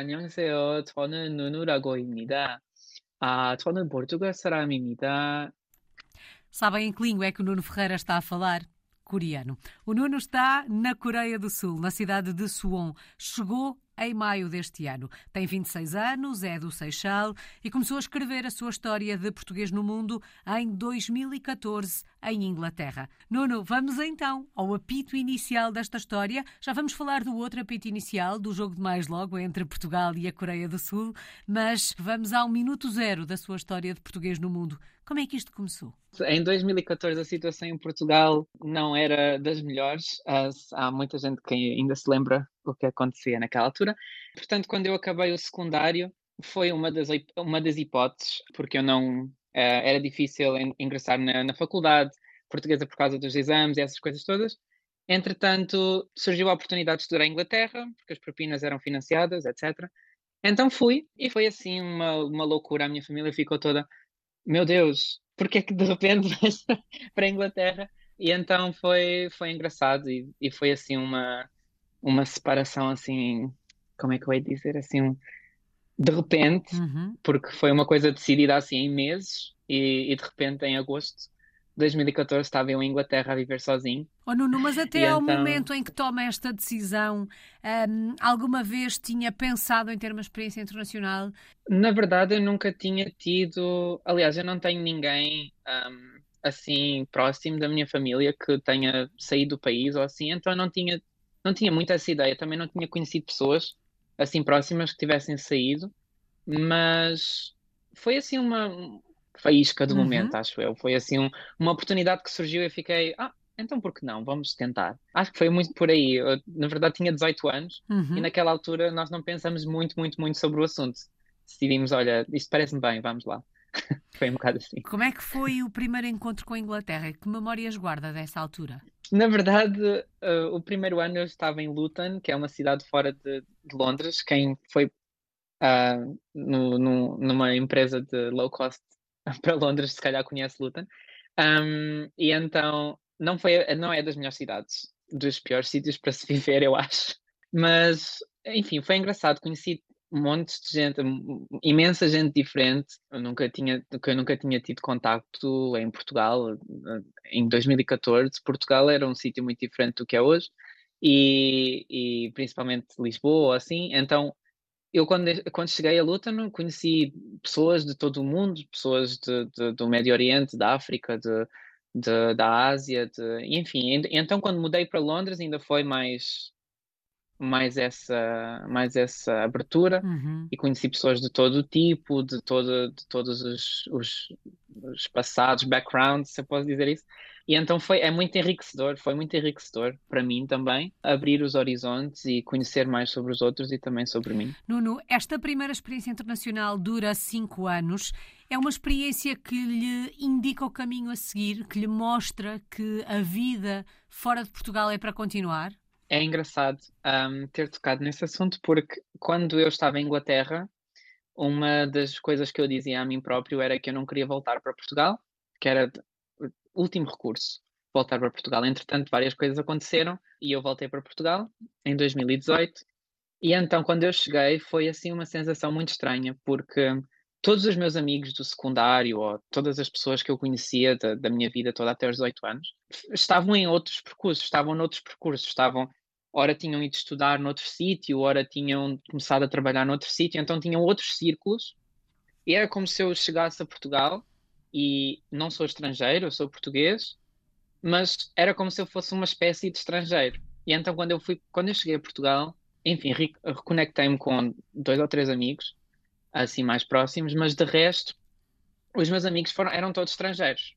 안녕하세요. 저는 누누라고 입니다. 저는 포르투갈 사람입니다. Sabem em que língua é que o Nuno Ferreira está a falar? Coreano. O Nuno está na Coreia do Sul, na cidade de Suwon. Chegou em maio deste ano. Tem 26 anos, é do Seixal e começou a escrever a sua história de português no mundo em 2014, em Inglaterra. Nuno, vamos então ao apito inicial desta história. Já vamos falar do outro apito inicial, do jogo de mais logo entre Portugal e a Coreia do Sul, mas vamos ao minuto zero da sua história de português no mundo. Como é que isto começou? Em 2014 a situação em Portugal não era das melhores. Há muita gente que ainda se lembra o que acontecia naquela altura. Portanto, quando eu acabei o secundário, foi uma das hipóteses, porque eu não era difícil ingressar na faculdade portuguesa por causa dos exames e essas coisas todas. Entretanto, surgiu a oportunidade de estudar em Inglaterra, porque as propinas eram financiadas, etc. Então fui, e foi assim uma loucura. A minha família ficou toda: meu Deus, porque é que de repente vais para a Inglaterra? E então foi engraçado e foi assim uma separação assim, como é que eu hei de dizer, assim, de repente, Uhum. porque foi uma coisa decidida assim em meses e de repente em agosto de 2014 estava eu em Inglaterra a viver sozinho. Oh, Nuno, mas E até ao então, momento em que toma esta decisão, alguma vez tinha pensado em ter uma experiência internacional? na verdade, eu nunca tinha tido. Aliás, eu não tenho ninguém assim próximo da minha família que tenha saído do país ou assim, então eu não tinha muito essa ideia. Também não tinha conhecido pessoas assim próximas que tivessem saído, mas foi assim uma faísca do momento, Uhum. acho eu. Foi assim uma oportunidade que surgiu e eu fiquei, então por que não? Vamos tentar. Acho que foi muito por aí. Eu, na verdade, tinha 18 anos e Uhum. naquela altura nós não pensamos muito, muito, muito sobre o assunto. Decidimos, olha, isto parece-me bem, vamos lá. Foi um bocado assim. Como é que foi o primeiro encontro com a Inglaterra? Que memórias guarda dessa altura? Na verdade, o primeiro ano eu estava em Luton, que é uma cidade fora de Londres. Quem foi ah, numa empresa de low cost para Londres, se calhar conhece Luton. E então não é das melhores cidades, dos piores sítios para se viver, eu acho. Mas, enfim, foi engraçado. Conheci montes de gente, imensa gente diferente. Que eu nunca tinha tido contacto em Portugal. Em 2014, Portugal era um sítio muito diferente do que é hoje. E principalmente Lisboa, assim. Então, eu quando cheguei a Luton conheci pessoas de todo o mundo, pessoas do Médio Oriente, da África, da Ásia, enfim. Então quando mudei para Londres ainda foi mais essa abertura Uhum. e conheci pessoas de todo o tipo, de todos os passados, backgrounds, se eu posso dizer isso. E então foi muito enriquecedor para mim também, abrir os horizontes e conhecer mais sobre os outros e também sobre mim. Nuno, esta primeira experiência internacional dura 5 anos. É uma experiência que lhe indica o caminho a seguir, que lhe mostra que a vida fora de Portugal é para continuar? É engraçado, ter tocado nesse assunto porque quando eu estava em Inglaterra, uma das coisas que eu dizia a mim próprio era que eu não queria voltar para Portugal, que era o último recurso, voltar para Portugal. Entretanto, várias coisas aconteceram e eu voltei para Portugal em 2018. E então, quando eu cheguei, foi assim uma sensação muito estranha, porque todos os meus amigos do secundário, ou todas as pessoas que eu conhecia da minha vida toda até aos 18 anos, estavam em outros percursos, estavam noutros percursos, ora tinham ido estudar noutro sítio, ora tinham começado a trabalhar noutro sítio, então tinham outros círculos, e era como se eu chegasse a Portugal, e não sou estrangeiro, eu sou português, mas era como se eu fosse uma espécie de estrangeiro. E então quando eu cheguei a Portugal, enfim, reconectei-me com dois ou três amigos, assim mais próximos, mas de resto, os meus amigos eram todos estrangeiros,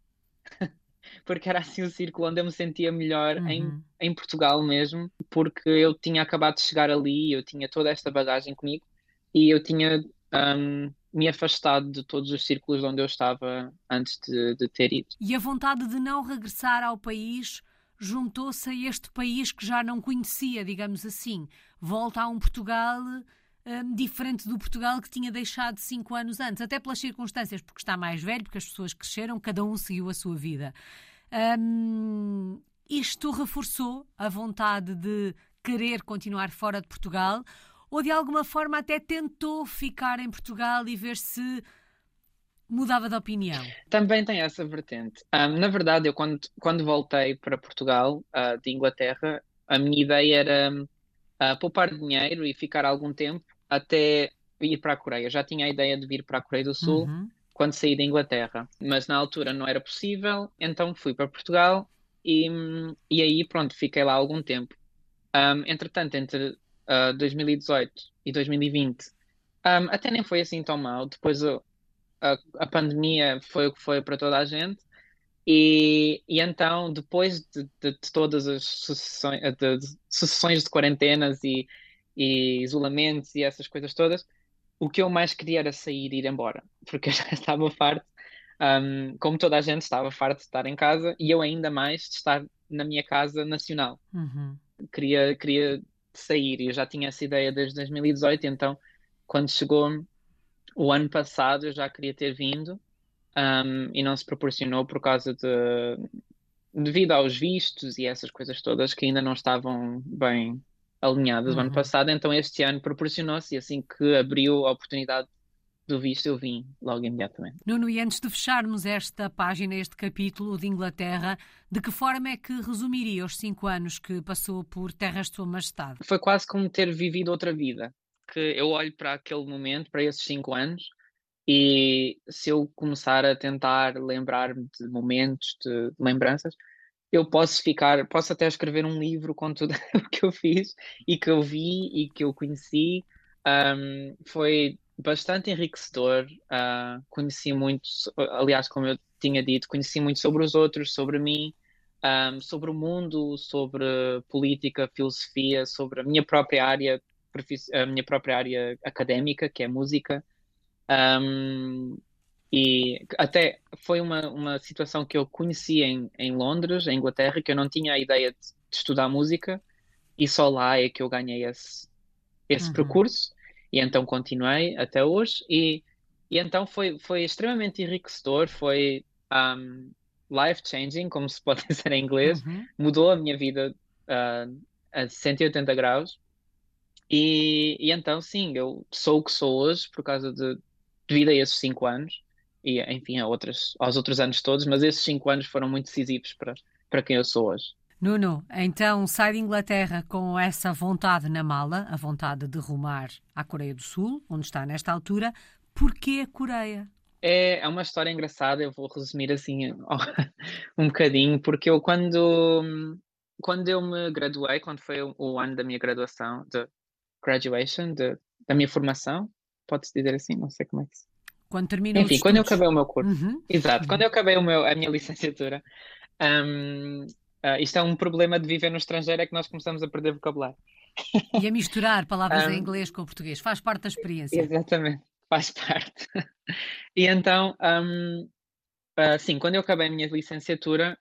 porque era assim o círculo onde eu me sentia melhor Uhum. em Portugal mesmo, porque eu tinha acabado de chegar ali, eu tinha toda esta bagagem comigo e eu tinha me afastado de todos os círculos onde eu estava antes de ter ido. E a vontade de não regressar ao país juntou-se a este país que já não conhecia, digamos assim. Volta a um Portugal diferente do Portugal que tinha deixado 5 anos antes, até pelas circunstâncias, porque está mais velho, porque as pessoas cresceram, cada um seguiu a sua vida. Isto reforçou a vontade de querer continuar fora de Portugal ou de alguma forma até tentou ficar em Portugal e ver se mudava de opinião? Também tem essa vertente. Na verdade, eu quando voltei para Portugal, de Inglaterra, a minha ideia era poupar dinheiro e ficar algum tempo até ir para a Coreia. Já tinha a ideia de vir para a Coreia do Sul Uhum. quando saí da Inglaterra, mas na altura não era possível, então fui para Portugal e aí pronto, fiquei lá algum tempo. Entretanto, entre 2018 e 2020, até nem foi assim tão mal. Depois a pandemia foi o que foi para toda a gente. E então, depois de todas as sucessões de quarentenas e isolamentos e essas coisas todas, o que eu mais queria era sair e ir embora, porque eu já estava farto, como toda a gente estava farto de estar em casa, e eu ainda mais de estar na minha casa nacional. Uhum. Queria sair, e eu já tinha essa ideia desde 2018, então, quando chegou o ano passado, eu já queria ter vindo, e não se proporcionou por causa devido aos vistos e essas coisas todas que ainda não estavam bem alinhadas o ano Uhum. passado, então este ano proporcionou-se e assim que abriu a oportunidade do visto eu vim logo imediatamente. Nuno, e antes de fecharmos esta página, este capítulo de Inglaterra, de que forma é que resumiria os 5 anos que passou por terras de Sua Majestade? Foi quase como ter vivido outra vida, que eu olho para aquele momento, para esses 5 anos, e se eu começar a tentar lembrar-me de momentos, de lembranças, eu posso até escrever um livro com tudo o que eu fiz e que eu vi e que eu conheci. Foi bastante enriquecedor. Conheci muito, aliás, como eu tinha dito, conheci muito sobre os outros, sobre mim, sobre o mundo, sobre política, filosofia, sobre a minha própria área, a minha própria área académica, que é música. Um, e até foi uma situação que eu conheci em Londres, em Inglaterra, que eu não tinha a ideia de estudar música, e só lá é que eu ganhei esse Uhum. percurso, e então continuei até hoje, e então foi extremamente enriquecedor, foi life-changing, como se pode dizer em inglês, Uhum. mudou a minha vida ah, a 180 graus, e então, sim, eu sou o que sou hoje por causa devido a esses 5 anos e, enfim, aos outros anos todos, mas esses 5 anos foram muito decisivos para quem eu sou hoje. Nuno, então sai de Inglaterra com essa vontade na mala, a vontade de rumar à Coreia do Sul, onde está nesta altura. Porquê a Coreia? É uma história engraçada, eu vou resumir assim um bocadinho, porque quando eu me graduei, quando foi o ano da minha graduação, de graduation, da minha formação, pode-se dizer assim, não sei como é que se... Quando terminam os Enfim, quando eu estudos? acabei o meu curso, Uhum. exato, quando Uhum. eu acabei a minha licenciatura, Um, isto é um problema de viver no estrangeiro, é que nós começamos a perder vocabulário. E a misturar palavras em Um, inglês com o português. Faz parte da experiência. exatamente, faz parte. E então, sim, quando eu acabei a minha licenciatura,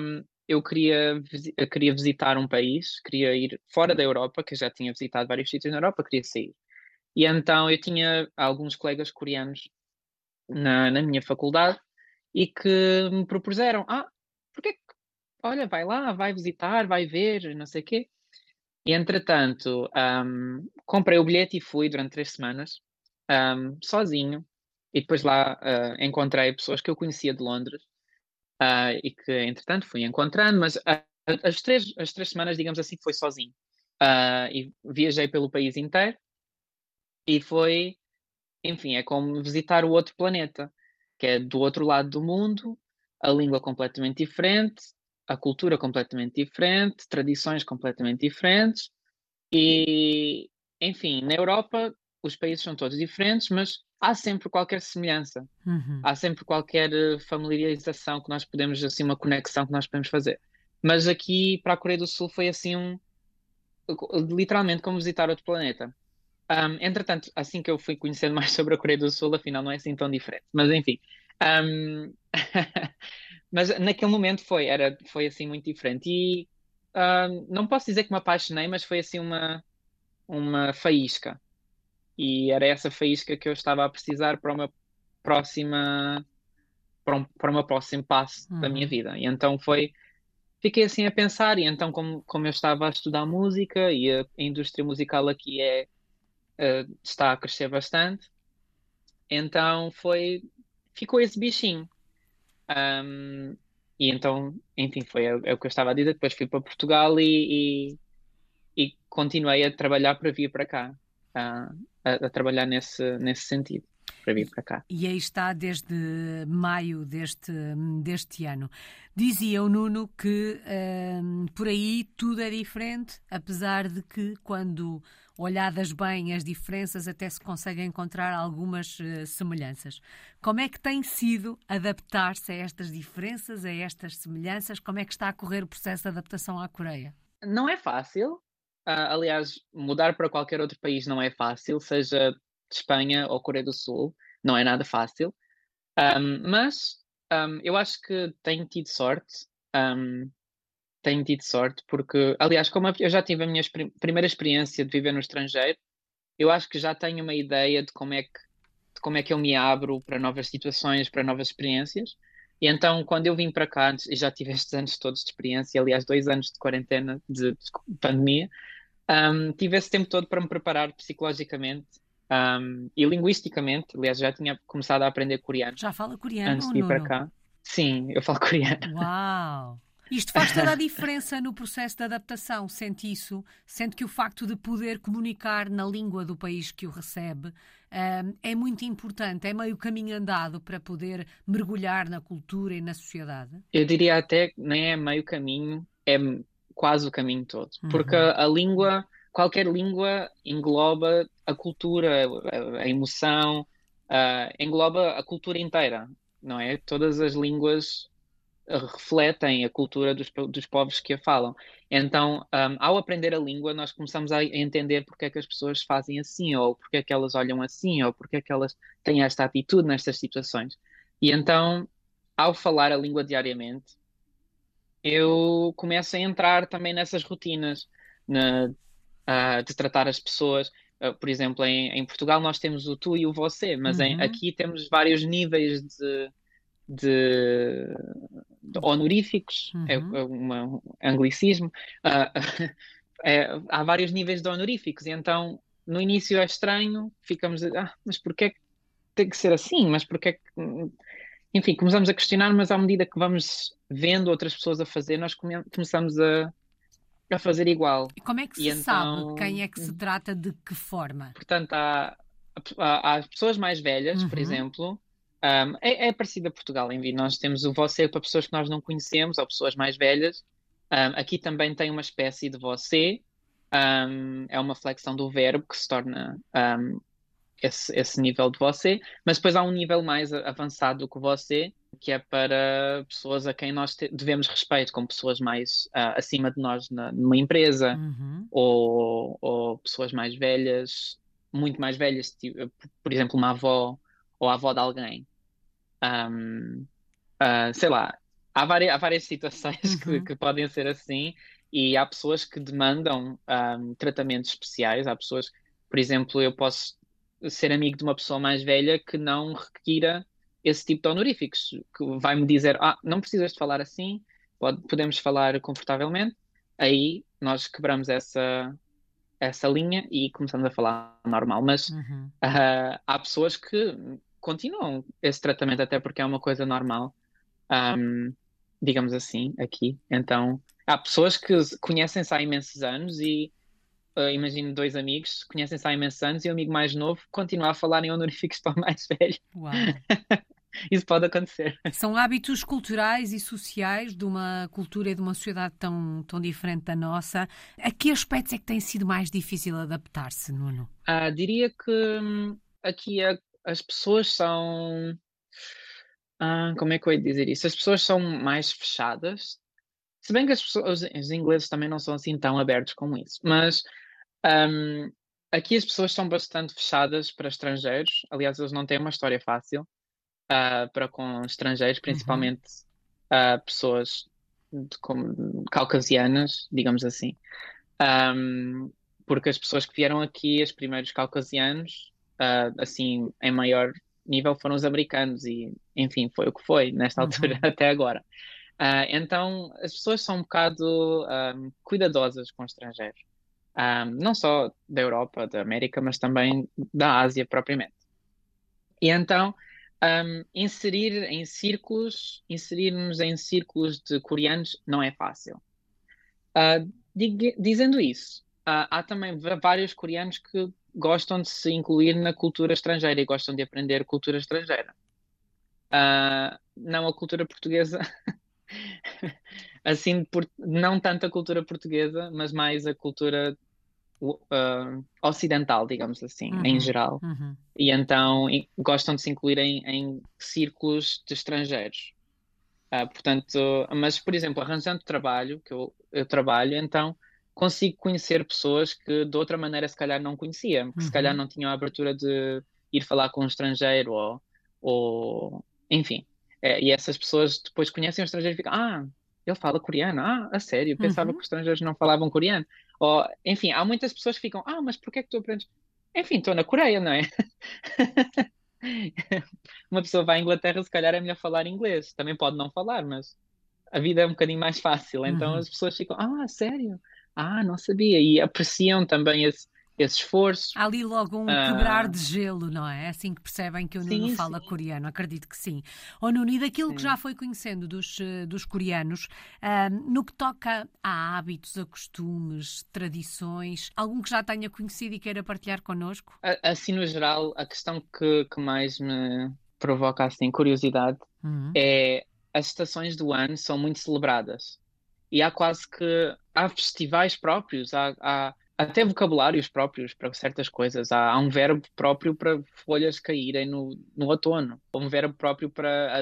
eu queria visitar um país, queria ir fora da Europa, que eu já tinha visitado vários sítios na Europa, queria sair. E então eu tinha alguns colegas coreanos na minha faculdade e que me propuseram, porque é que, olha, vai lá, vai visitar, vai ver, não sei o quê. E entretanto, comprei o bilhete e fui durante 3 semanas, sozinho. E depois lá, encontrei pessoas que eu conhecia de Londres, e que entretanto fui encontrando, mas as três semanas, digamos assim, foi sozinho. E viajei pelo país inteiro e foi, enfim, é como visitar o outro planeta, que é do outro lado do mundo, a língua completamente diferente, a cultura completamente diferente, tradições completamente diferentes. E, enfim, na Europa os países são todos diferentes, mas há sempre qualquer semelhança, Uhum. há sempre qualquer familiarização que nós podemos, assim, uma conexão que nós podemos fazer. Mas aqui para a Coreia do Sul foi assim literalmente como visitar outro planeta. Entretanto, assim que eu fui conhecendo mais sobre a Coreia do Sul, afinal não é assim tão diferente. Mas enfim, um, mas naquele momento foi assim muito diferente. E não posso dizer que me apaixonei, mas foi assim uma faísca. E era essa faísca que eu estava a precisar para o meu próximo passo da minha Uhum. vida. E então fiquei assim a pensar, e então como eu estava a estudar música, e a indústria musical aqui está a crescer bastante, então ficou esse bichinho. Um, e então, enfim, é o que eu estava a dizer. Depois fui para Portugal e continuei a trabalhar para vir para cá, ah, a trabalhar nesse sentido, para vir E, para cá. e aí está desde maio deste ano. Dizia o Nuno que por aí tudo é diferente, apesar de que, quando olhadas bem as diferenças, até se conseguem encontrar algumas semelhanças. Como é que tem sido adaptar-se a estas diferenças, a estas semelhanças? Como é que está a correr o processo de adaptação à Coreia? Não é fácil. Aliás, mudar para qualquer outro país não é fácil, seja de Espanha ou Coreia do Sul, não é nada fácil. Mas eu acho que tenho tido sorte. Um, Tenho tido sorte porque, aliás, como eu já tive a minha primeira experiência de viver no estrangeiro, eu acho que já tenho uma ideia de como é que eu me abro para novas situações, para novas experiências. E então, quando eu vim para cá, e já tive estes anos todos de experiência, aliás, 2 anos de quarentena, de pandemia, tive esse tempo todo para me preparar psicologicamente, e linguisticamente. Aliás, já tinha começado a aprender coreano Já fala antes coreano, de ir para Nuno? cá. Sim, eu falo coreano. Uau! Isto faz toda a diferença no processo de adaptação, sente isso? Sente que o facto de poder comunicar na língua do país que o recebe, é muito importante, é meio caminho andado para poder mergulhar na cultura e na sociedade? Eu diria até que nem é meio caminho, é quase o caminho todo. Porque Uhum. a língua, qualquer língua engloba a cultura, a emoção, engloba a cultura inteira, não é? Todas as línguas refletem a cultura dos povos que a falam. Então, ao aprender a língua, nós começamos a entender porque é que as pessoas fazem assim, ou porque é que elas olham assim, ou porque é que elas têm esta atitude nestas situações. E então, ao falar a língua diariamente, eu começo a entrar também nessas rotinas, na, de tratar as pessoas. Por exemplo, em Portugal nós temos o tu e o você, mas Uhum. aqui temos vários níveis de, de honoríficos, Uhum. um anglicismo. Ah, há vários níveis de honoríficos, e então no início é estranho, ficamos mas porquê é que tem que ser assim? Mas porquê é que... Enfim, começamos a questionar, mas à medida que vamos vendo outras pessoas a fazer, nós começamos a fazer igual. E como é que E se sabe então, quem é que se trata de que forma? portanto, há as pessoas mais velhas, por Uhum. exemplo, é parecido a Portugal, em Vim. Nós temos o você para pessoas que nós não conhecemos, ou pessoas mais velhas. Aqui também tem uma espécie de você. É uma flexão do verbo que se torna esse nível de você, mas depois há um nível mais avançado do que você, que é para pessoas a quem nós devemos respeito, como pessoas mais acima de nós numa empresa, Uhum. ou pessoas mais velhas, muito mais velhas, tipo, por exemplo, uma avó ou a avó de alguém. Um, Sei lá, há várias situações que, Uhum. que podem ser assim, e há pessoas que demandam tratamentos especiais. Há pessoas, por exemplo, eu posso ser amigo de uma pessoa mais velha que não requira esse tipo de honoríficos, que vai-me dizer, não precisas de falar assim, podemos falar confortavelmente. Aí nós quebramos essa linha e começamos a falar normal. Mas Uhum. há pessoas que continuam esse tratamento, até porque é uma coisa normal, ahm, digamos assim, aqui. Então, há pessoas que conhecem-se há imensos anos e imagino dois amigos, conhecem-se há imensos anos, e o amigo mais novo continua a falar em honoríficos para o mais velho. Uau! Isso pode acontecer. São hábitos culturais e sociais de uma cultura e de uma sociedade tão diferente da nossa. A que aspectos é que tem sido mais difícil adaptar-se, Nuno? Diria que aqui as pessoas são. Como é que eu ia dizer isso? As pessoas são mais fechadas. Se bem que os ingleses também não são assim tão abertos com isso. Mas ahm, aqui as pessoas são bastante fechadas para estrangeiros. Aliás, eles não têm uma história fácil para com estrangeiros, Uhum. principalmente pessoas como caucasianas, digamos assim. Ahm, Porque as pessoas que vieram aqui, os primeiros caucasianos, assim, em maior nível, foram os americanos, e enfim, foi o que foi nesta altura Uhum. até agora. Então, as pessoas são um bocado cuidadosas com estrangeiros. não só da Europa, da América, mas também da Ásia propriamente. E então, inserir-nos em círculos de coreanos não é fácil. Ah, dizendo isso, há também vários coreanos que gostam de se incluir na cultura estrangeira e gostam de aprender cultura estrangeira. Não a cultura portuguesa, assim, não tanto a cultura portuguesa, mas mais a cultura ocidental, digamos assim, em Uhum, geral. uhum. E então gostam de se incluir em círculos de estrangeiros. Portanto, mas, por exemplo, arranjando trabalho, que eu trabalho, então consigo conhecer pessoas que de outra maneira se calhar não conhecia, que se calhar Uhum. não tinham a abertura de ir falar com um estrangeiro ou enfim. E essas pessoas depois conhecem o estrangeiro e ficam, ele fala coreano, a sério, pensava que Uhum. os estrangeiros não falavam coreano. Ou, enfim, há muitas pessoas que ficam, mas porquê é que tu aprendes? Enfim, estou na Coreia, não é? Uma pessoa vai à Inglaterra, se calhar é melhor falar inglês. Também pode não falar, mas a vida é um bocadinho mais fácil. Então Uhum. as pessoas ficam, sério? Não sabia. E apreciam também esse esforço. Há ali logo um quebrar Ah, de gelo, não é? É assim que percebem que o Nuno sim, fala sim, coreano. Acredito que sim. Ou Nuno, e daquilo que já sim. foi conhecendo dos coreanos, no que toca a hábitos, a costumes, tradições, algum que já tenha conhecido e queira partilhar connosco? Assim, no geral, a questão que mais me provoca assim, curiosidade Uhum. é as estações do ano são muito celebradas. E há festivais próprios, há até vocabulários próprios para certas coisas. Há um verbo próprio para folhas caírem no outono, ou um verbo próprio para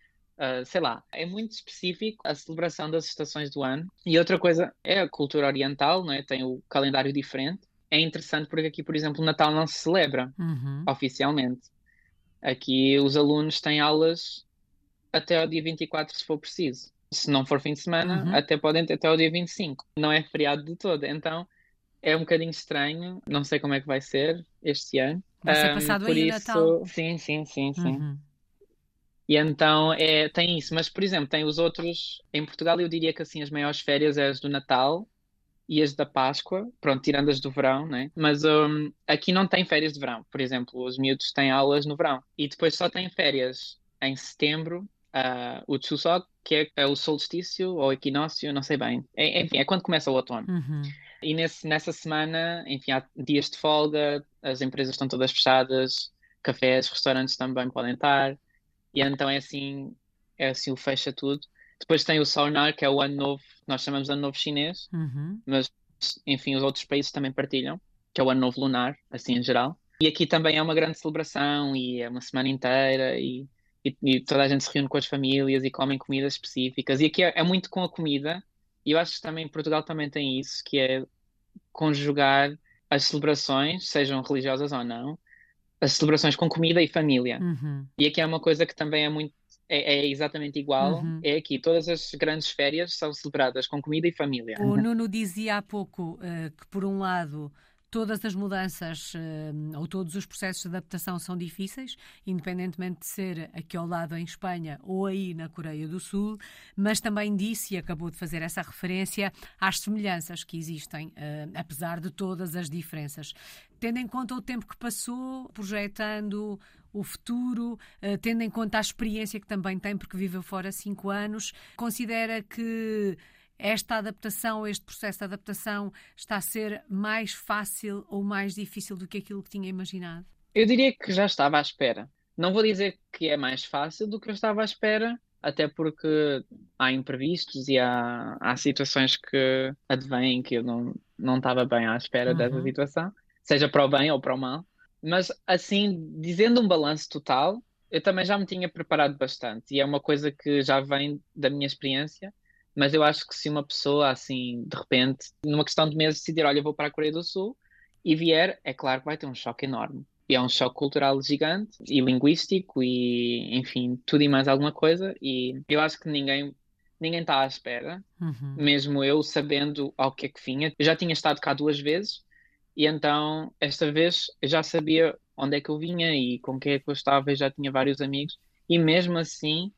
sei lá, é muito específico a celebração das estações do ano. E outra coisa é a cultura oriental, não é? Tem o calendário diferente. É interessante porque aqui, por exemplo, o Natal não se celebra Uhum. oficialmente. Aqui os alunos têm aulas até ao dia 24, se for preciso. Se não for fim de semana, Uhum. até podem ter até ao dia 25. Não é feriado de todo. Então é um bocadinho estranho. Não sei como é que vai ser este ano. Vai ser passado Por aí o Natal. isso, sim, sim, sim, sim. Uhum. E então tem isso. Mas, por exemplo, tem os outros. Em Portugal, eu diria que assim as maiores férias é as do Natal e as da Páscoa, pronto, tirando as do verão, né? Mas aqui não tem férias de verão. Por exemplo, os miúdos têm aulas no verão. E depois só têm férias em setembro, o Chuseok, que é o solstício ou equinócio, não sei bem. Enfim, é quando começa o outono. Uhum. E nessa semana, enfim, há dias de folga, as empresas estão todas fechadas, cafés, restaurantes também podem estar. E então é assim o fecha tudo. Depois tem o Sonar, que é o ano novo, nós chamamos de ano novo chinês, Uhum. mas enfim, os outros países também partilham, que é o Ano Novo Lunar, assim em geral. E aqui também é uma grande celebração e é uma semana inteira e toda a gente se reúne com as famílias e comem comidas específicas. E aqui é muito com a comida, e eu acho que também Portugal também tem isso, que é conjugar as celebrações, sejam religiosas ou não, as celebrações com comida e família. Uhum. E aqui é uma coisa que também é exatamente igual. Uhum. É aqui, todas as grandes férias são celebradas com comida e família. O Nuno dizia há pouco que, por um lado, todas as mudanças ou todos os processos de adaptação são difíceis, independentemente de ser aqui ao lado em Espanha ou aí na Coreia do Sul, mas também disse e acabou de fazer essa referência às semelhanças que existem, apesar de todas as diferenças. Tendo em conta o tempo que passou, projetando o futuro, tendo em conta a experiência que também tem, porque viveu fora 5 anos, considera que esta adaptação, este processo de adaptação está a ser mais fácil ou mais difícil do que aquilo que tinha imaginado? Eu diria que já estava à espera. Não vou dizer que é mais fácil do que eu estava à espera, até porque há imprevistos e há situações que advêm que eu não estava bem à espera dessa Uhum. situação, seja para o bem ou para o mal. Mas, assim, dizendo um balanço total, eu também já me tinha preparado bastante e é uma coisa que já vem da minha experiência. Mas eu acho que se uma pessoa, assim, de repente, numa questão de meses, decidir, olha, vou para a Coreia do Sul e vier, é claro que vai ter um choque enorme. E é um choque cultural gigante e linguístico e, enfim, tudo e mais alguma coisa. E eu acho que ninguém está à espera, Uhum. mesmo eu sabendo ao que é que vinha. Eu já tinha estado cá 2 vezes e então esta vez eu já sabia onde é que eu vinha e com quem é que eu estava e já tinha vários amigos. E mesmo assim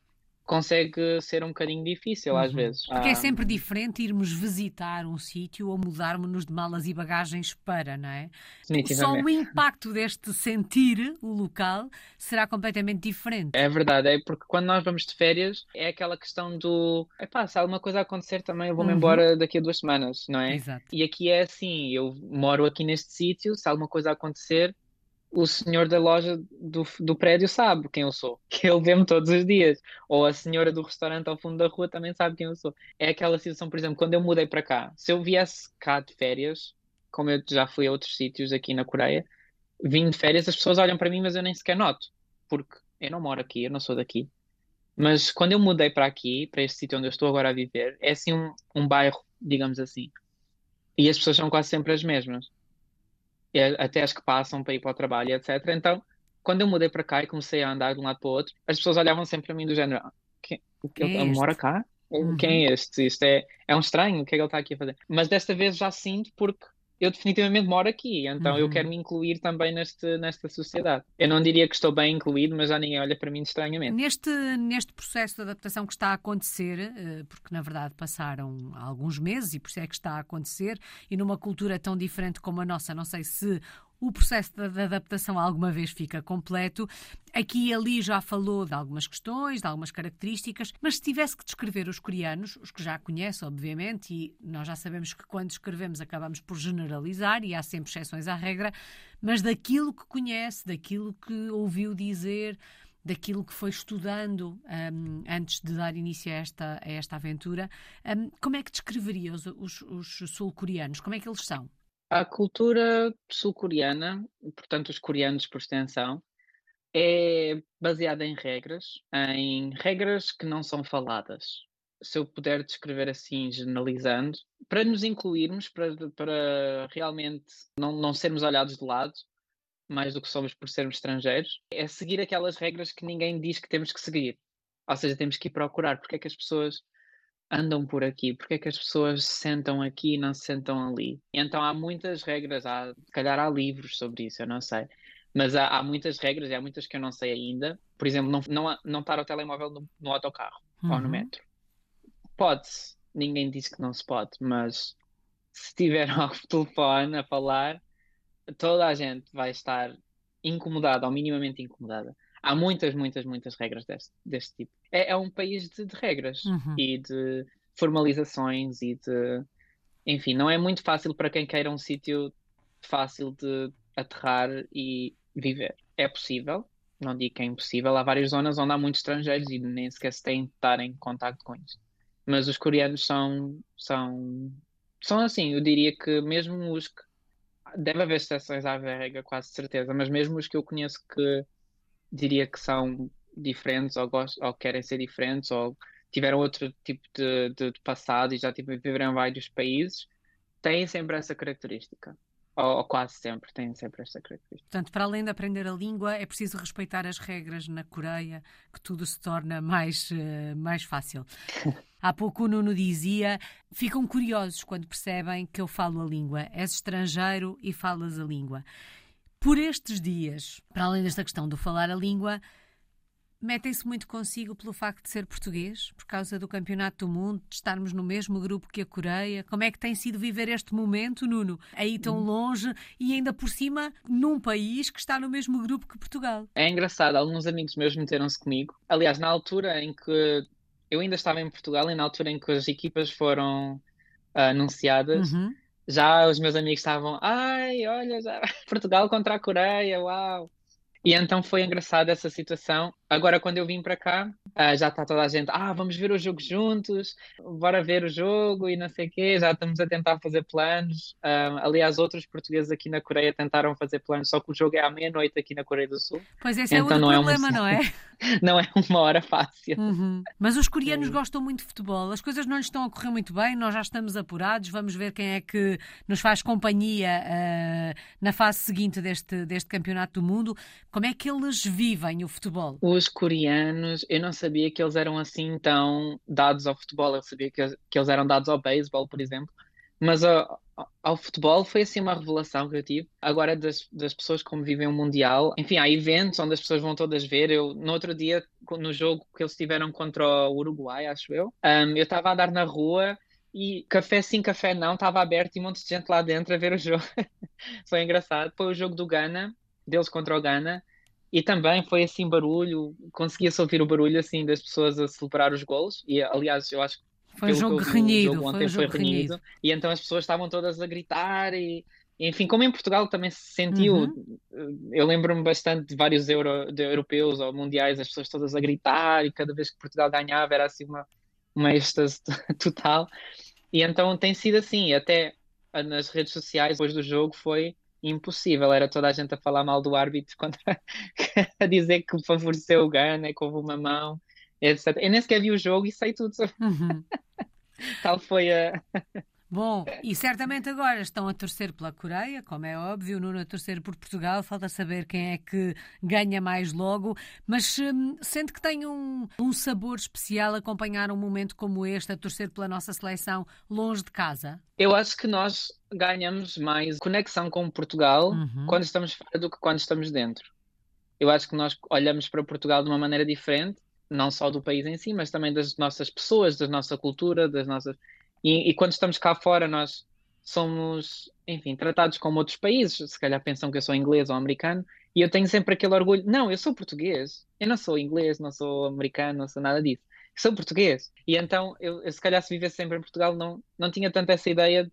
consegue ser um bocadinho difícil às Uhum. vezes. Porque é sempre diferente irmos visitar um sítio ou mudarmos-nos de malas e bagagens para, não é? Só o Definitivamente. impacto deste sentir o local será completamente diferente. É verdade, é porque quando nós vamos de férias é aquela questão do, epá, se alguma coisa acontecer também eu vou-me Uhum. embora daqui a 2 semanas, não é? Exato. E aqui é assim, eu moro aqui neste sítio, se alguma coisa acontecer, o senhor da loja do prédio sabe quem eu sou, que ele vê-me todos os dias. Ou a senhora do restaurante ao fundo da rua também sabe quem eu sou. É aquela situação, por exemplo, quando eu mudei para cá, se eu viesse cá de férias, como eu já fui a outros sítios aqui na Coreia, vim de férias, as pessoas olham para mim, mas eu nem sequer noto, porque eu não moro aqui, eu não sou daqui. Mas quando eu mudei para aqui, para este sítio onde eu estou agora a viver, é assim um bairro, digamos assim. E as pessoas são quase sempre as mesmas até as que passam para ir para o trabalho, etc. Então, quando eu mudei para cá e comecei a andar de um lado para o outro, as pessoas olhavam sempre para mim do género, Quem é ele mora este? cá? Uhum. Quem é este? Isto é um estranho, o que é que ele está aqui a fazer? Mas desta vez já sinto porque eu definitivamente moro aqui, então eu quero Uhum. me incluir também nesta sociedade. Eu não diria que estou bem incluído, mas já ninguém olha para mim de estranhamente. Neste processo de adaptação que está a acontecer, porque na verdade passaram alguns meses e por isso é que está a acontecer, e numa cultura tão diferente como a nossa, não sei se o processo de adaptação alguma vez fica completo. Aqui e ali já falou de algumas questões, de algumas características, mas se tivesse que descrever os coreanos, os que já conhece, obviamente, e nós já sabemos que quando escrevemos acabamos por generalizar e há sempre exceções à regra, mas daquilo que conhece, daquilo que ouviu dizer, daquilo que foi estudando antes de dar início a esta aventura, como é que descreveria os sul-coreanos? Como é que eles são? A cultura sul-coreana, portanto os coreanos por extensão, é baseada em regras que não são faladas. Se eu puder descrever assim, generalizando, para nos incluirmos, para realmente não sermos olhados de lado, mais do que somos por sermos estrangeiros, é seguir aquelas regras que ninguém diz que temos que seguir. Ou seja, temos que ir procurar porque é que as pessoas andam por aqui, porque é que as pessoas se sentam aqui e não se sentam ali. Então há muitas regras, se calhar há livros sobre isso, eu não sei. Mas há muitas regras e há muitas que eu não sei ainda. Por exemplo, não estar o telemóvel no autocarro ou no Uhum. metro. Pode-se, ninguém disse que não se pode, mas se estiver ao telefone a falar, toda a gente vai estar incomodada ou minimamente incomodada. Há muitas, muitas, muitas regras deste tipo. É um país de regras Uhum. e de formalizações e de. Enfim, não é muito fácil para quem queira um sítio fácil de aterrar e viver. É possível, não digo que é impossível. Há várias zonas onde há muitos estrangeiros e nem sequer se têm de estar em contacto com isso. Mas os coreanos são assim. Eu diria que mesmo os que deve haver exceções à regra, quase certeza, mas mesmo os que eu conheço que diria que são diferentes ou querem ser diferentes ou tiveram outro tipo de passado e já viveram em vários países, têm sempre essa característica. Ou quase sempre têm sempre esta característica. Portanto, para além de aprender a língua, é preciso respeitar as regras na Coreia, que tudo se torna mais fácil. Há pouco o Nuno dizia, ficam curiosos quando percebem que eu falo a língua. És estrangeiro e falas a língua. Por estes dias, para além desta questão do falar a língua, metem-se muito consigo pelo facto de ser português, por causa do Campeonato do Mundo, de estarmos no mesmo grupo que a Coreia. Como é que tem sido viver este momento, Nuno? Aí tão longe e ainda por cima num país que está no mesmo grupo que Portugal. É engraçado, alguns amigos meus meteram-se comigo. Aliás, na altura em que eu ainda estava em Portugal e na altura em que as equipas foram anunciadas, Uhum. já os meus amigos estavam, ai, olha, já Portugal contra a Coreia, uau! E então foi engraçada essa situação. Agora, quando eu vim para cá, já está toda a gente, vamos ver o jogo juntos, bora ver o jogo e não sei o quê. Já estamos a tentar fazer planos. Aliás, outros portugueses aqui na Coreia tentaram fazer planos, só que o jogo é à meia-noite aqui na Coreia do Sul. Pois esse é Então outro problema, não é? não é uma hora fácil. Uhum. Mas os coreanos É. gostam muito de futebol. As coisas não lhes estão a correr muito bem, nós já estamos apurados. Vamos ver quem é que nos faz companhia na fase seguinte deste Campeonato do Mundo. Como é que eles vivem o futebol? Os coreanos, eu não sabia que eles eram assim tão dados ao futebol. Eu sabia que eles eram dados ao beisebol, por exemplo. Mas ao futebol foi assim uma revelação que eu tive. Agora das pessoas como vivem o Mundial, enfim, há eventos onde as pessoas vão todas ver. Eu no outro dia no jogo que eles tiveram contra o Uruguai, acho eu. Eu estava a andar na rua e café sim, café não, estava aberto e um monte de gente lá dentro a ver o jogo. Foi engraçado. Foi o jogo do Ghana, deles contra o Ghana, e também foi assim barulho, conseguia-se ouvir o barulho assim das pessoas a celebrar os golos. E aliás, eu acho que Foi um pelo que eu jogo vi, o renhido, jogo foi um ontem foi jogo renhido. renhido, e então as pessoas estavam todas a gritar e, enfim, como em Portugal também se sentiu, Uhum. eu lembro-me bastante de vários de europeus ou mundiais, as pessoas todas a gritar, e cada vez que Portugal ganhava era assim uma êxtase total. E então tem sido assim, até nas redes sociais, depois do jogo, foi impossível. Era toda a gente a falar mal do árbitro, a dizer que favoreceu o Ghana, que houve uma mão, etc. Eu nem sequer vi o jogo e sei tudo sobre. Uhum. Tal foi a. Bom, e certamente agora estão a torcer pela Coreia, como é óbvio, o Nuno a torcer por Portugal, falta saber quem é que ganha mais logo, mas sente que tem um sabor especial acompanhar um momento como este, a torcer pela nossa seleção longe de casa? Eu acho que nós ganhamos mais conexão com Portugal Uhum. quando estamos fora do que quando estamos dentro. Eu acho que nós olhamos para Portugal de uma maneira diferente, não só do país em si, mas também das nossas pessoas, da nossa cultura, das nossas. E quando estamos cá fora, nós somos, enfim, tratados como outros países. Se calhar pensam que eu sou inglês ou americano, e eu tenho sempre aquele orgulho. Não, eu sou português. Eu não sou inglês, não sou americano, não sou nada disso. Eu sou português. E então, eu se calhar se vivesse sempre em Portugal, não tinha tanto essa ideia.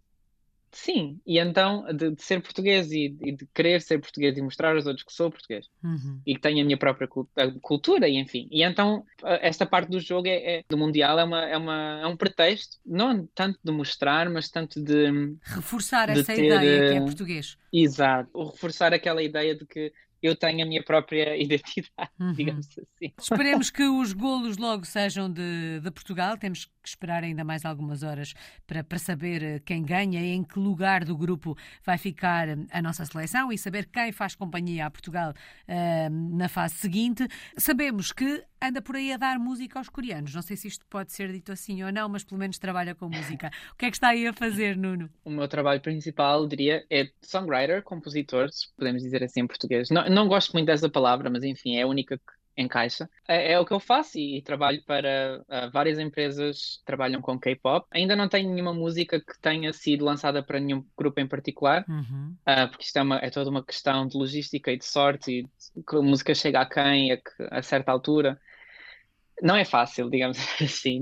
Sim, e então de ser português e de querer ser português e mostrar aos outros que sou português Uhum. e que tenho a minha própria cultura, e enfim. E então, esta parte do jogo do Mundial é um pretexto, não tanto de mostrar, mas tanto Reforçar de essa ter, ideia que é português. exato, ou reforçar aquela ideia de que eu tenho a minha própria identidade, Uhum. digamos assim. Esperemos que os golos logo sejam de Portugal. Temos que esperar ainda mais algumas horas para saber quem ganha e em que lugar do grupo vai ficar a nossa seleção e saber quem faz companhia a Portugal na fase seguinte. Sabemos que anda por aí a dar música aos coreanos. Não sei se isto pode ser dito assim ou não, mas pelo menos trabalha com música. O que é que está aí a fazer, Nuno? O meu trabalho principal, diria, é songwriter, compositor, se podemos dizer assim em português. Não gosto muito dessa palavra, mas enfim, é a única que encaixa. É o que eu faço e trabalho para várias empresas que trabalham com K-pop. Ainda não tenho nenhuma música que tenha sido lançada para nenhum grupo em particular, Uhum. porque isto é toda uma questão de logística e de sorte e de que a música chega a quem a certa altura. Não é fácil, digamos assim,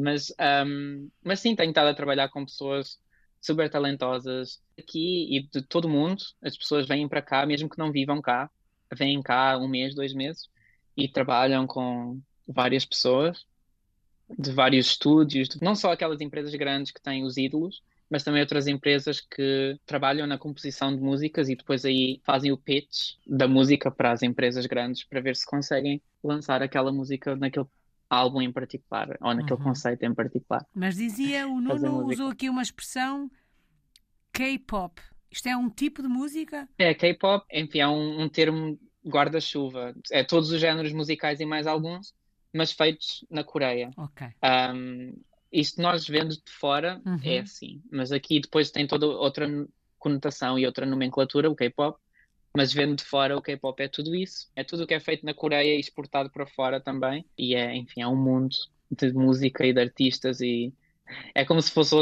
mas sim, tenho estado a trabalhar com pessoas super talentosas aqui e de todo o mundo. As pessoas vêm para cá, mesmo que não vivam cá, vêm cá um mês, 2 meses e trabalham com várias pessoas de vários estúdios, não só aquelas empresas grandes que têm os ídolos, mas também outras empresas que trabalham na composição de músicas e depois aí fazem o pitch da música para as empresas grandes para ver se conseguem lançar aquela música naquele álbum em particular ou naquele Uhum. conceito em particular. Mas dizia, o Fazer Nuno usou música. aqui uma expressão K-pop. Isto é um tipo de música? É, K-pop, enfim, é um termo guarda-chuva. É todos os géneros musicais e mais alguns, mas feitos na Coreia. Ok. Um, Isto nós vendo de fora é Uhum. assim, mas aqui depois tem toda outra conotação e outra nomenclatura, o K-pop, mas vendo de fora o K-pop é tudo isso, é tudo o que é feito na Coreia e exportado para fora também, e enfim, é um mundo de música e de artistas e é como se fosse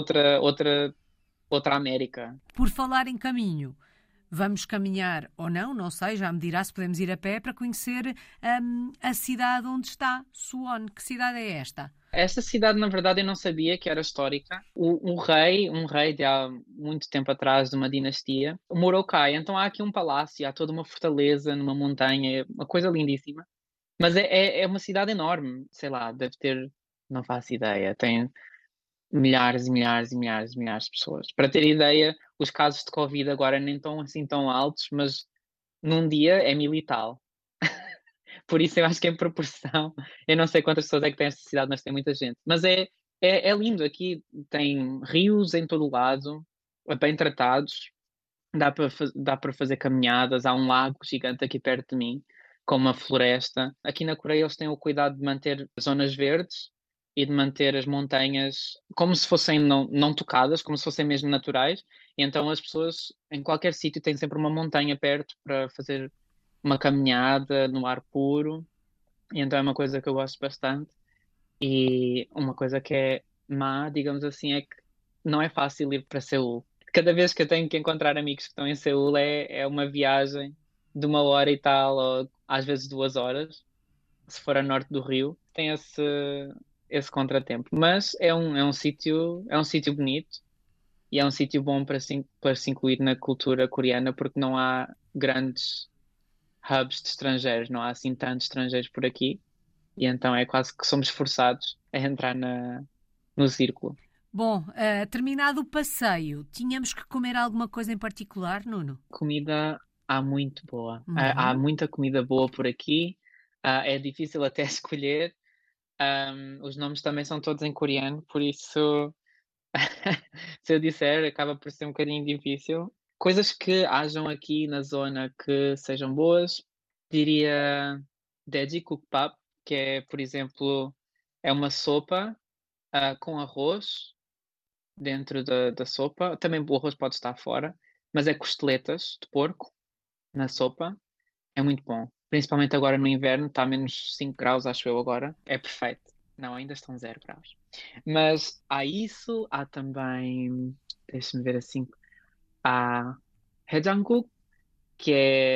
outra América. Por falar em caminho, vamos caminhar ou não, não sei, já me dirá se podemos ir a pé para conhecer a cidade onde está Suwon. Que cidade é esta? Esta cidade, na verdade, eu não sabia que era histórica. Um rei de há muito tempo atrás, de uma dinastia, morou cá. Então há aqui um palácio, há toda uma fortaleza numa montanha, uma coisa lindíssima. Mas é uma cidade enorme, sei lá, deve ter, não faço ideia, tem milhares e milhares e milhares e milhares de pessoas. Para ter ideia, os casos de Covid agora nem estão assim tão altos, mas num dia é mil e tal. Por isso eu acho que em proporção, eu não sei quantas pessoas é que tem esta cidade, mas tem muita gente. Mas é lindo, aqui tem rios em todo o lado, bem tratados, dá para fazer caminhadas, há um lago gigante aqui perto de mim, com uma floresta. Aqui na Coreia eles têm o cuidado de manter zonas verdes e de manter as montanhas como se fossem não tocadas, como se fossem mesmo naturais. E então as pessoas em qualquer sítio têm sempre uma montanha perto para fazer uma caminhada no ar puro. E então é uma coisa que eu gosto bastante. E uma coisa que é má, digamos assim, é que não é fácil ir para Seul. Cada vez que eu tenho que encontrar amigos que estão em Seul é uma viagem de 1 hora e tal, ou às vezes 2 horas, se for a norte do Rio, tem esse contratempo. Mas é um sítio bonito e é um sítio bom para se incluir na cultura coreana, porque não há grandes hubs de estrangeiros, não há assim tantos estrangeiros por aqui, e então é quase que somos forçados a entrar no círculo. Bom, terminado o passeio, tínhamos que comer alguma coisa em particular, Nuno? Comida há muito boa. Há Uhum. muita comida boa por aqui. É difícil até escolher. Os nomes também são todos em coreano, por isso, se eu disser, acaba por ser um bocadinho difícil. Coisas que hajam aqui na zona que sejam boas, diria Daejikukbap, que é, por exemplo, é uma sopa com arroz dentro da sopa. Também o arroz pode estar fora, mas é costeletas de porco na sopa. É muito bom. Principalmente agora no inverno, está a menos 5 graus, acho eu agora. É perfeito. Não, ainda estão 0 graus. Mas há isso, há também, deixa-me ver assim, há Hejangguk, que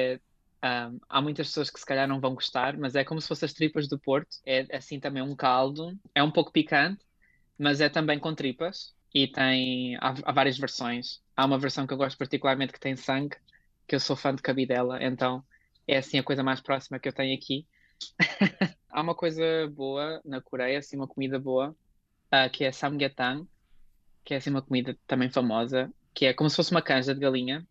há muitas pessoas que se calhar não vão gostar, mas é como se fosse as tripas do Porto. É assim também um caldo. É um pouco picante, mas é também com tripas. E há várias versões. Há uma versão que eu gosto particularmente que tem sangue, que eu sou fã de cabidela, então é assim a coisa mais próxima que eu tenho aqui. Há uma coisa boa na Coreia, assim, uma comida boa, que é samgyetang, que é assim uma comida também famosa, que é como se fosse uma canja de galinha,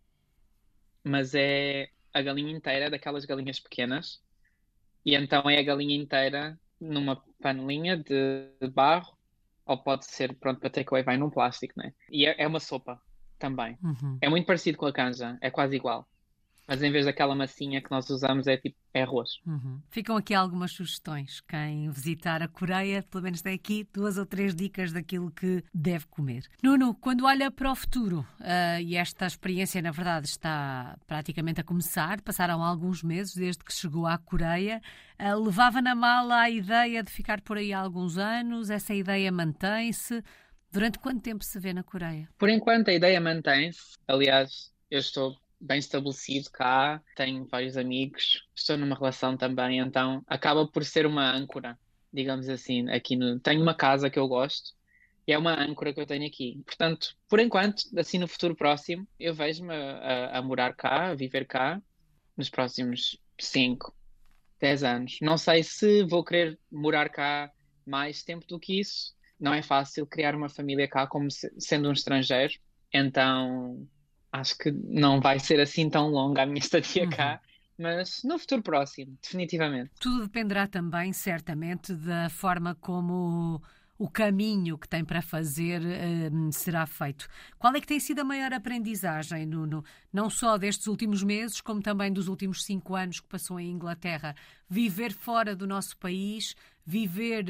mas é a galinha inteira, daquelas galinhas pequenas, e então é a galinha inteira numa panelinha de barro, ou pode ser, pronto, para takeaway, vai num plástico, né? E é uma sopa também. Uhum. É muito parecido com a canja, é quase igual. Mas em vez daquela massinha que nós usamos, é arroz. Uhum. Ficam aqui algumas sugestões. Quem visitar a Coreia, pelo menos tem aqui 2 ou 3 dicas daquilo que deve comer. Nuno, quando olha para o futuro, e esta experiência, na verdade, está praticamente a começar, passaram alguns meses desde que chegou à Coreia, levava na mala a ideia de ficar por aí há alguns anos, essa ideia mantém-se. Durante quanto tempo se vê na Coreia? Por enquanto, a ideia mantém-se. Aliás, eu estou bem estabelecido cá, tenho vários amigos, estou numa relação também, então acaba por ser uma âncora, digamos assim, aqui no. Tenho uma casa que eu gosto e é uma âncora que eu tenho aqui. Portanto, por enquanto, assim no futuro próximo, eu vejo-me a morar cá, a viver cá, nos próximos 5, 10 anos. Não sei se vou querer morar cá mais tempo do que isso. Não é fácil criar uma família cá como sendo um estrangeiro. Então, acho que não vai ser assim tão longa a minha estadia Uhum. cá. Mas no futuro próximo, definitivamente. Tudo dependerá também, certamente, da forma como o caminho que tem para fazer será feito. Qual é que tem sido a maior aprendizagem, Nuno? Não só destes últimos meses, como também dos últimos 5 anos que passou em Inglaterra. Viver fora do nosso país, viver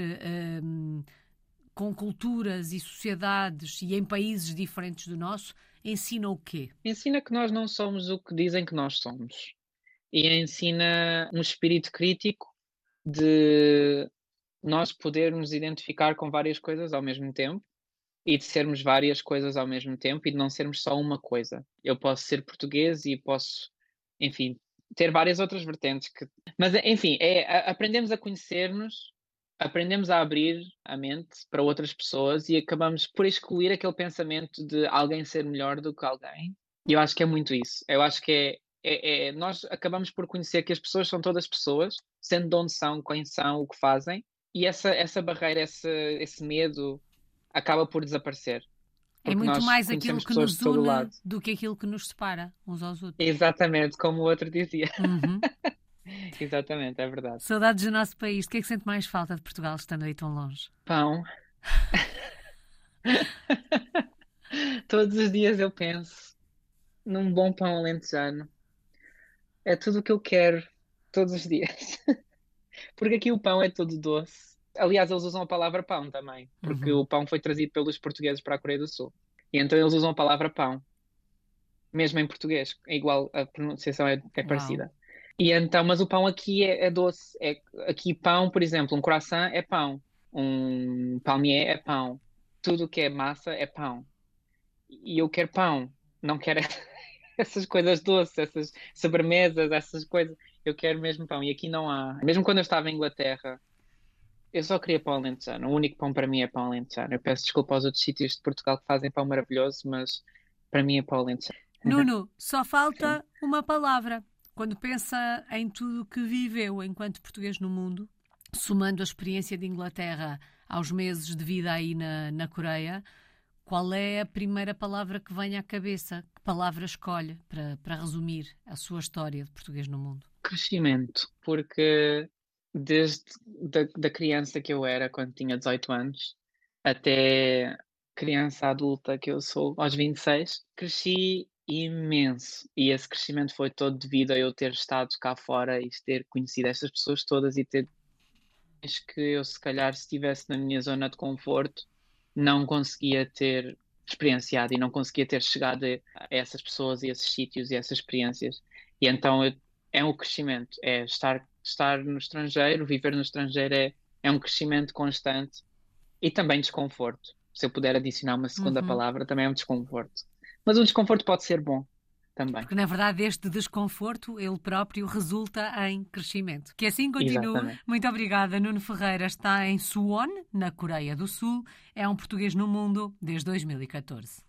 com culturas e sociedades e em países diferentes do nosso, ensina o quê? Ensina que nós não somos o que dizem que nós somos. E ensina um espírito crítico de nós podermos identificar com várias coisas ao mesmo tempo e de sermos várias coisas ao mesmo tempo e de não sermos só uma coisa. Eu posso ser português e posso, enfim, ter várias outras vertentes mas enfim, aprendemos a conhecer-nos, aprendemos a abrir a mente para outras pessoas e acabamos por excluir aquele pensamento de alguém ser melhor do que alguém. E eu acho que é muito isso. Eu acho que nós acabamos por conhecer que as pessoas são todas pessoas, sendo de onde são, quem são, o que fazem, e essa barreira, esse medo acaba por desaparecer, É porque muito nós mais aquilo conhecemos que pessoas de nos todo o une lado. do que aquilo que nos separa uns aos outros. Exatamente, como o outro dizia. Uhum. Exatamente, é verdade. Saudades do nosso país. O que é que sente mais falta de Portugal estando aí tão longe? Pão. Todos os dias eu penso num bom pão alentejano. É tudo o que eu quero, todos os dias. Porque aqui o pão é todo doce. Aliás, eles usam a palavra pão também, porque Uhum. o pão foi trazido pelos portugueses para a Coreia do Sul. E então eles usam a palavra pão, mesmo em português. É igual, a pronunciação é Uau. parecida. E então, mas o pão aqui é doce. Aqui pão, por exemplo, um croissant é pão. Um palmier é pão. Tudo que é massa é pão. E eu quero pão. Não quero essas coisas doces, essas sobremesas, essas coisas. Eu quero mesmo pão. E aqui não há. Mesmo quando eu estava em Inglaterra, eu só queria pão alentejano. O único pão para mim é pão alentejano. Eu peço desculpa aos outros sítios de Portugal que fazem pão maravilhoso, mas para mim é pão alentejano. Nuno, só Sim. falta uma palavra. Quando pensa em tudo o que viveu enquanto português no mundo, somando a experiência de Inglaterra aos meses de vida aí na Coreia, qual é a primeira palavra que vem à cabeça? Que palavra escolhe para resumir a sua história de português no mundo? Crescimento, porque desde da criança que eu era, quando tinha 18 anos, até criança adulta que eu sou, aos 26, cresci imenso. E esse crescimento foi todo devido a eu ter estado cá fora e ter conhecido estas pessoas todas e ter acho que eu, se calhar, se estivesse na minha zona de conforto, não conseguia ter experienciado e não conseguia ter chegado a essas pessoas e esses sítios e essas experiências. E então é um crescimento, é estar no estrangeiro, viver no estrangeiro é um crescimento constante e também desconforto. Se eu puder adicionar uma segunda Uhum. palavra, também é um desconforto. Mas o desconforto pode ser bom também. Porque, na verdade, este desconforto, ele próprio, resulta em crescimento. Que assim continue. Exatamente. Muito obrigada. Nuno Ferreira está em Suwon, na Coreia do Sul. É um português no mundo desde 2014.